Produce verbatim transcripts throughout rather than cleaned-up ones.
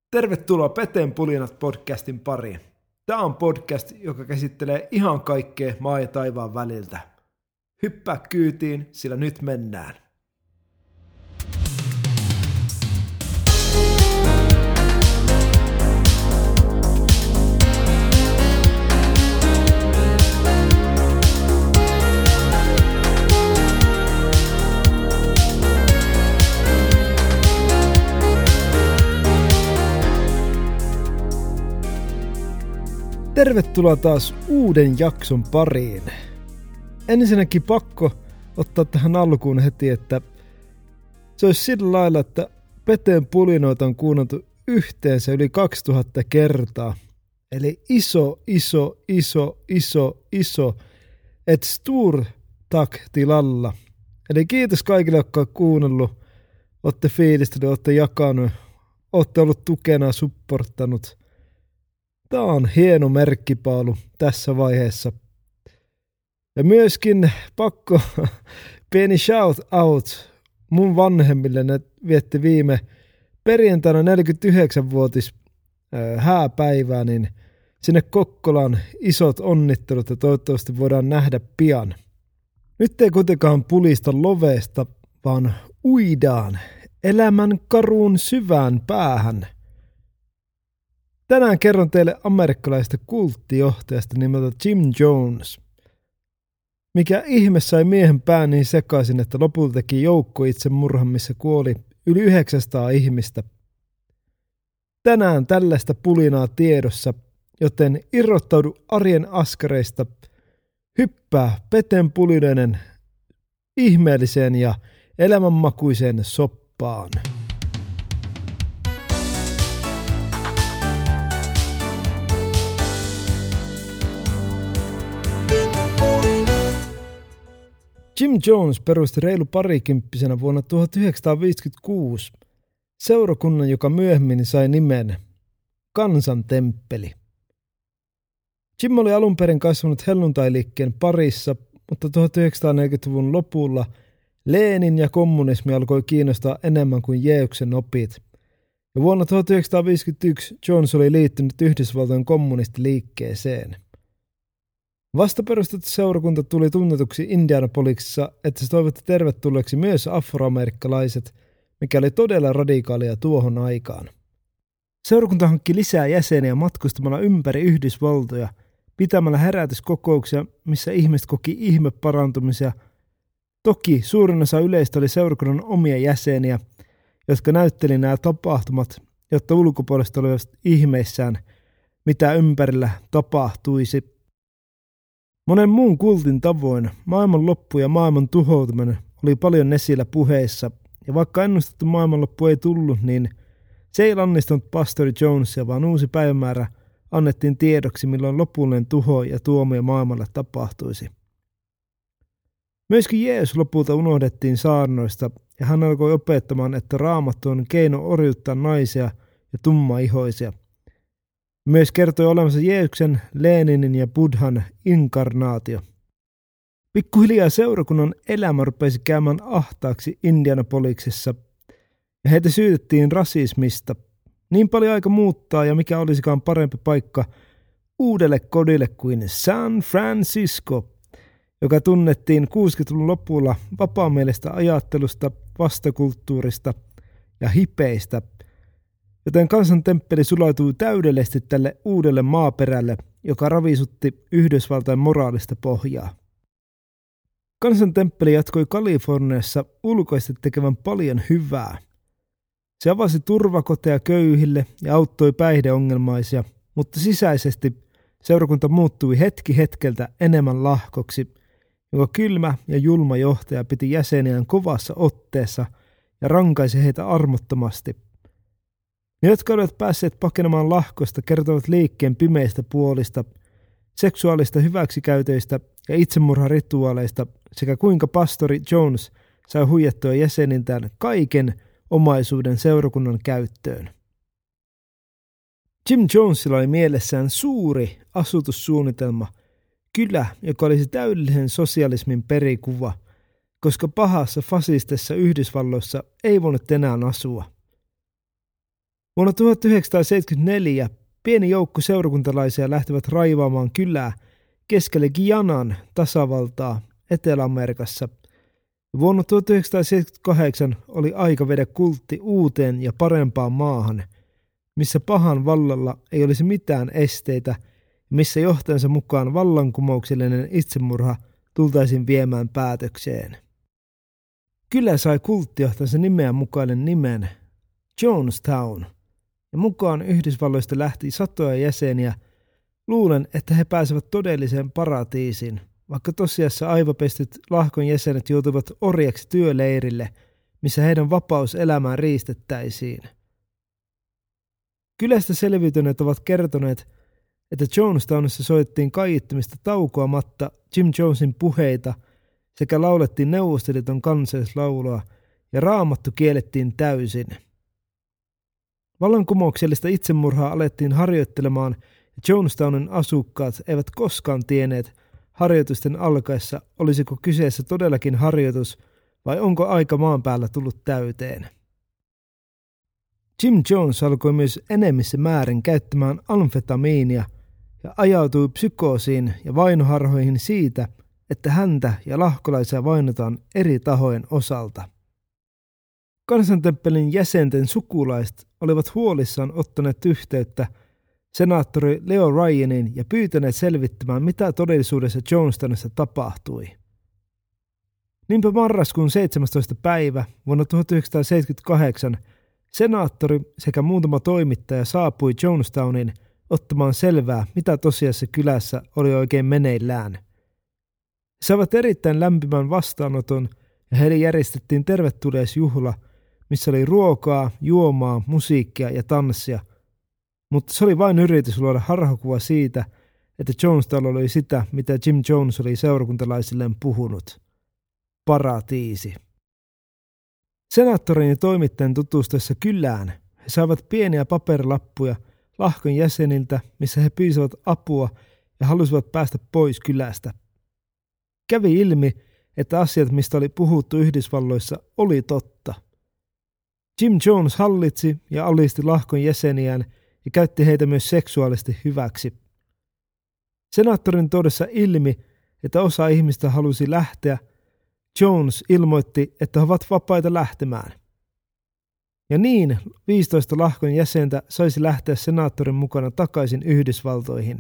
Tervetuloa Peteen pulinat podcastin pariin. Tämä on podcast, joka käsittelee ihan kaikkea maa ja taivaan väliltä. Hyppää kyytiin, sillä nyt mennään. Tervetuloa taas uuden jakson pariin. Ensinnäkin pakko ottaa tähän alkuun heti, että se olisi sillä lailla, että Peteen pulinoita on kuunneltu yhteensä yli kaksituhatta kertaa. Eli iso, iso, iso, iso, iso, et stor tack till alla. Eli kiitos kaikille, jotka on kuunnellut, olette fiilistellyt, olette jakanut, olette ollut tukena ja supporttanut. Tämä on hieno merkkipaalu tässä vaiheessa. Ja myöskin pakko pieni shout out mun vanhemmille. Ne vietti viime perjantaina neljäkymmentäyhdeksänvuotis hääpäivää, niin sinne Kokkolaan isot onnittelut ja toivottavasti voidaan nähdä pian. Nyt ei kuitenkaan pulista loveesta, vaan uidaan elämän karuun syvään päähän. Tänään kerron teille amerikkalaisesta kulttijohtajasta nimeltä Jim Jones. Mikä ihme sai miehen pään niin sekaisin, että lopulta teki joukkoitsemurhan, missä kuoli yli yhdeksänsataa ihmistä. Tänään tällaista pulinaa tiedossa, joten irrottaudu arjen askareista, hyppää Peteen pulinoiden ihmeelliseen ja elämänmakuiseen soppaan. Jim Jones perusti reilu parikymppisenä vuonna tuhatyhdeksänsataaviisikymmentäkuusi seurakunnan, joka myöhemmin sai nimen Kansan temppeli. Jim oli alun perin kasvanut helluntailiikkeen parissa, mutta tuhatyhdeksänsataaneljäkymmentäluvun lopulla Lenin ja kommunismi alkoi kiinnostaa enemmän kuin Jeesuksen opit. Ja vuonna tuhatyhdeksänsataaviisikymmentäyksi Jones oli liittynyt Yhdysvaltojen kommunistiliikkeeseen. Vasta perustettu seurakunta tuli tunnetuksi Indianapolisissa, että se toivotti tervetulleeksi myös afroamerikkalaiset, mikä oli todella radikaalia tuohon aikaan. Seurakunta hankki lisää jäseniä matkustamalla ympäri Yhdysvaltoja, pitämällä herätyskokouksia, missä ihmiset koki ihmeparantumisia. Toki suurin osa yleistä oli seurakunnan omia jäseniä, jotka näytteli nämä tapahtumat, jotta ulkopuolesta olivat ihmeissään, mitä ympärillä tapahtuisi. Monen muun kultin tavoin maailman loppu ja maailman tuhoutuminen oli paljon esillä puheissa, ja vaikka ennustettu maailmanloppu ei tullut, niin se ei lannistanut pastori Jonesia, vaan uusi päivämäärä annettiin tiedoksi, milloin lopullinen tuho ja tuomio maailmalle tapahtuisi. Myöskin Jeesus lopulta unohdettiin saarnoista, ja hän alkoi opettamaan, että Raamattu on keino orjuttaa naisia ja tummaihoisia. Myös kertoi olemassa Jeesuksen, Leninin ja Buddhan inkarnaatio. Pikkuhiljaa seurakunnan elämä rupesi käymään ahtaaksi Indianapoliksessa, ja heitä syytettiin rasismista. Niin paljon aika muuttaa, ja mikä olisikaan parempi paikka uudelle kodille kuin San Francisco, joka tunnettiin kuusikymmentäluvun lopulla vapaamielistä ajattelusta, vastakulttuurista ja hipeistä, joten Kansan temppeli sulautui täydellisesti tälle uudelle maaperälle, joka ravisutti Yhdysvaltain moraalista pohjaa. Kansan temppeli jatkoi Kaliforniassa ulkoisesti tekevän paljon hyvää. Se avasi turvakoteja köyhille ja auttoi päihdeongelmaisia, mutta sisäisesti seurakunta muuttui hetki hetkeltä enemmän lahkoksi, jonka kylmä ja julma johtaja piti jäseniään kovassa otteessa ja rankaisi heitä armottomasti. Ne, jotka olivat päässeet pakenemaan lahkosta, kertovat liikkeen pimeistä puolista, seksuaalista hyväksikäytöistä ja itsemurharituaaleista sekä kuinka pastori Jones sai huijattua jäsenintään kaiken omaisuuden seurakunnan käyttöön. Jim Jonesilla oli mielessään suuri asutussuunnitelma, kylä, joka olisi täydellisen sosialismin perikuva, koska pahassa fasistessa Yhdysvalloissa ei voinut enää asua. Vuonna tuhatyhdeksänsataaseitsemänkymmentäneljä pieni joukko seurakuntalaisia lähtivät raivaamaan kylää keskelle Guyanan tasavaltaa Etelä-Amerikassa. Vuonna tuhatyhdeksänsataaseitsemänkymmentäkahdeksan oli aika viedä kultti uuteen ja parempaan maahan, missä pahan vallalla ei olisi mitään esteitä, missä johtajansa mukaan vallankumouksellinen itsemurha tultaisiin viemään päätökseen. Kylä sai kulttijohtajansa nimeä mukainen nimen Jonestown, ja mukaan Yhdysvalloista lähti satoja jäseniä. Luulen, että he pääsevät todelliseen paratiisiin, vaikka tosiassa aivopestyt lahkon jäsenet joutuivat orjaksi työleirille, missä heidän vapaus elämään riistettäisiin. Kylästä selviytyneet ovat kertoneet, että Jonestownissa soittiin kaiuttimista taukoamatta Jim Jonesin puheita sekä laulettiin Neuvostoliiton kansallislaulua ja raamattu kiellettiin täysin. Vallankumouksellista itsemurhaa alettiin harjoittelemaan ja Jonestownin asukkaat eivät koskaan tienneet harjoitusten alkaessa, olisiko kyseessä todellakin harjoitus vai onko aika maan päällä tullut täyteen. Jim Jones alkoi myös enemmissä määrin käyttämään amfetamiinia ja ajautui psykoosiin ja vainoharhoihin siitä, että häntä ja lahkolaisia vainotaan eri tahojen osalta. Kansantemppelin jäsenten sukulaiset olivat huolissaan ottaneet yhteyttä senaattori Leo Ryanin ja pyytäneet selvittämään, mitä todellisuudessa Jonestownissa tapahtui. Niinpä marraskuun seitsemästoista päivä vuonna tuhatyhdeksänsataaseitsemänkymmentäkahdeksan senaattori sekä muutama toimittaja saapui Jonestowniin ottamaan selvää, mitä tosiasiassa kylässä oli oikein meneillään. He saivat erittäin lämpimän vastaanoton ja heille järjestettiin tervetuliaisjuhla, missä oli ruokaa, juomaa, musiikkia ja tanssia, mutta se oli vain yritys luoda harhakuva siitä, että Jonestown oli sitä, mitä Jim Jones oli seurakuntalaisilleen puhunut. Paratiisi. Senaattorin ja toimittajan tutustuessa kylään he saivat pieniä paperilappuja lahkon jäseniltä, missä he pyysivät apua ja halusivat päästä pois kylästä. Kävi ilmi, että asiat, mistä oli puhuttu Yhdysvalloissa, oli totta. Jim Jones hallitsi ja alisti lahkon jäseniään ja käytti heitä myös seksuaalisesti hyväksi. Senaattorin todessa ilmi, että osa ihmistä halusi lähteä, Jones ilmoitti, että he ovat vapaita lähtemään. Ja niin viisitoista lahkon jäsentä saisi lähteä senaattorin mukana takaisin Yhdysvaltoihin.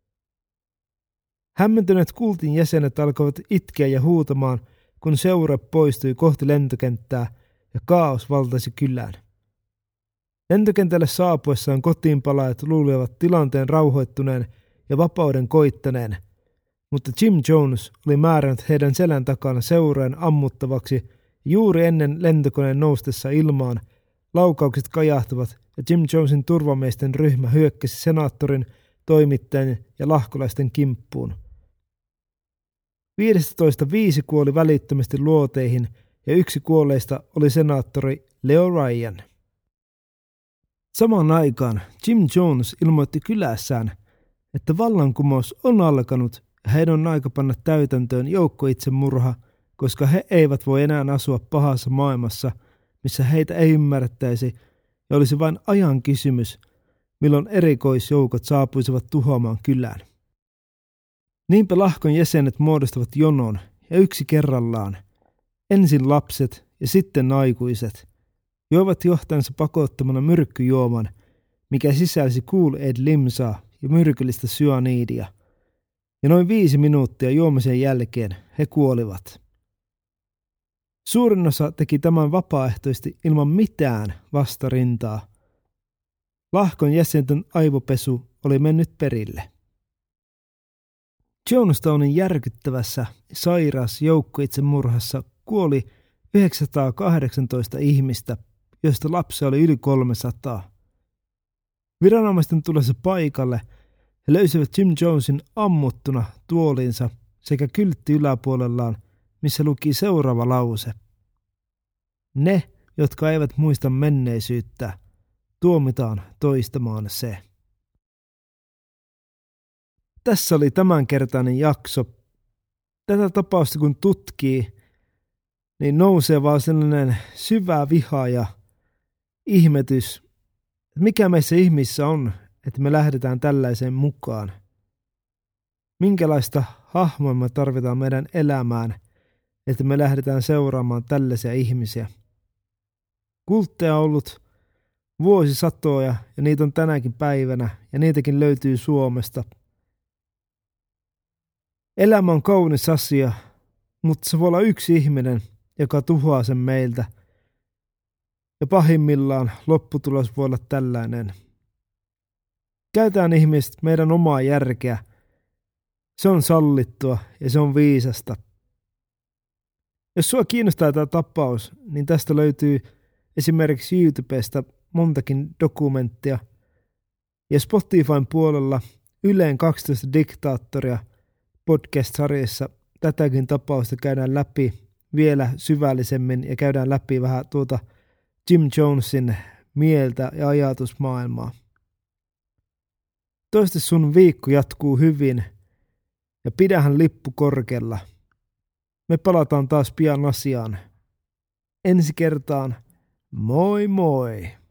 Hämmentyneet kultin jäsenet alkoivat itkeä ja huutamaan, kun seura poistui kohti lentokenttää ja kaos valtaisi kylään. Lentokentälle saapuessaan kotiinpalaajat luulivat tilanteen rauhoittuneen ja vapauden koittaneen, mutta Jim Jones oli määrännyt heidän selän takana seuraajan ammuttavaksi juuri ennen lentokoneen noustessa ilmaan. Laukaukset kajahtuvat ja Jim Jonesin turvamiesten ryhmä hyökkäsi senaattorin, toimittajan ja lahkolaisten kimppuun. Viidestätoista viisi kuoli välittömästi luoteihin ja yksi kuolleista oli senaattori Leo Ryan. Samaan aikaan Jim Jones ilmoitti kylässään, että vallankumous on alkanut ja heidän on aika panna täytäntöön joukkoitsemurha, koska he eivät voi enää asua pahassa maailmassa, missä heitä ei ymmärrettäisi ja olisi vain ajan kysymys, milloin erikoisjoukot saapuisivat tuhoamaan kylään. Niinpä lahkon jäsenet muodostavat jonon ja yksi kerrallaan, ensin lapset ja sitten aikuiset, joivat johtajansa pakottamana myrkkyjuoman, mikä sisälsi Kool Aid limsaa ja myrkyllistä syaniidia, ja noin viisi minuuttia juomisen jälkeen he kuolivat. Suurin osa teki tämän vapaaehtoisesti ilman mitään vastarintaa. Lahkon jäsenten aivopesu oli mennyt perille. Jonestownin järkyttävässä sairaas joukkoitsemurhassa kuoli yhdeksänsataakahdeksantoista ihmistä, joista lapsia oli yli kolmesataa. Viranomaisten tullessa paikalle he löysivät Jim Jonesin ammuttuna tuoliinsa sekä kyltti yläpuolellaan, missä luki seuraava lause. Ne, jotka eivät muista menneisyyttä, tuomitaan toistamaan se. Tässä oli tämänkertainen jakso. Tätä tapausta kun tutkii, niin nousee vaan sellainen syvä viha ja ihmetys, mikä meissä ihmisissä on, että me lähdetään tällaiseen mukaan. Minkälaista hahmoa me tarvitaan meidän elämään, että me lähdetään seuraamaan tällaisia ihmisiä. Kultteja on ollut vuosisatoja ja niitä on tänäkin päivänä ja niitäkin löytyy Suomesta. Elämä on kaunis asia, mutta se voi olla yksi ihminen, joka tuhoaa sen meiltä. Ja pahimmillaan lopputulos voi olla tällainen. Käytetään ihmiset meidän omaa järkeä. Se on sallittua ja se on viisasta. Jos sua kiinnostaa tämä tapaus, niin tästä löytyy esimerkiksi YouTubesta montakin dokumenttia. Ja Spotifyn puolella Yleen kaksitoista diktaattoria podcast-sarjassa tätäkin tapausta käydään läpi vielä syvällisemmin ja käydään läpi vähän tuota Jim Jonesin mieltä ja ajatusmaailmaa. Toivottavasti sun viikko jatkuu hyvin ja pidähän lippu korkealla. Me palataan taas pian asiaan. Ensi kertaan, moi moi!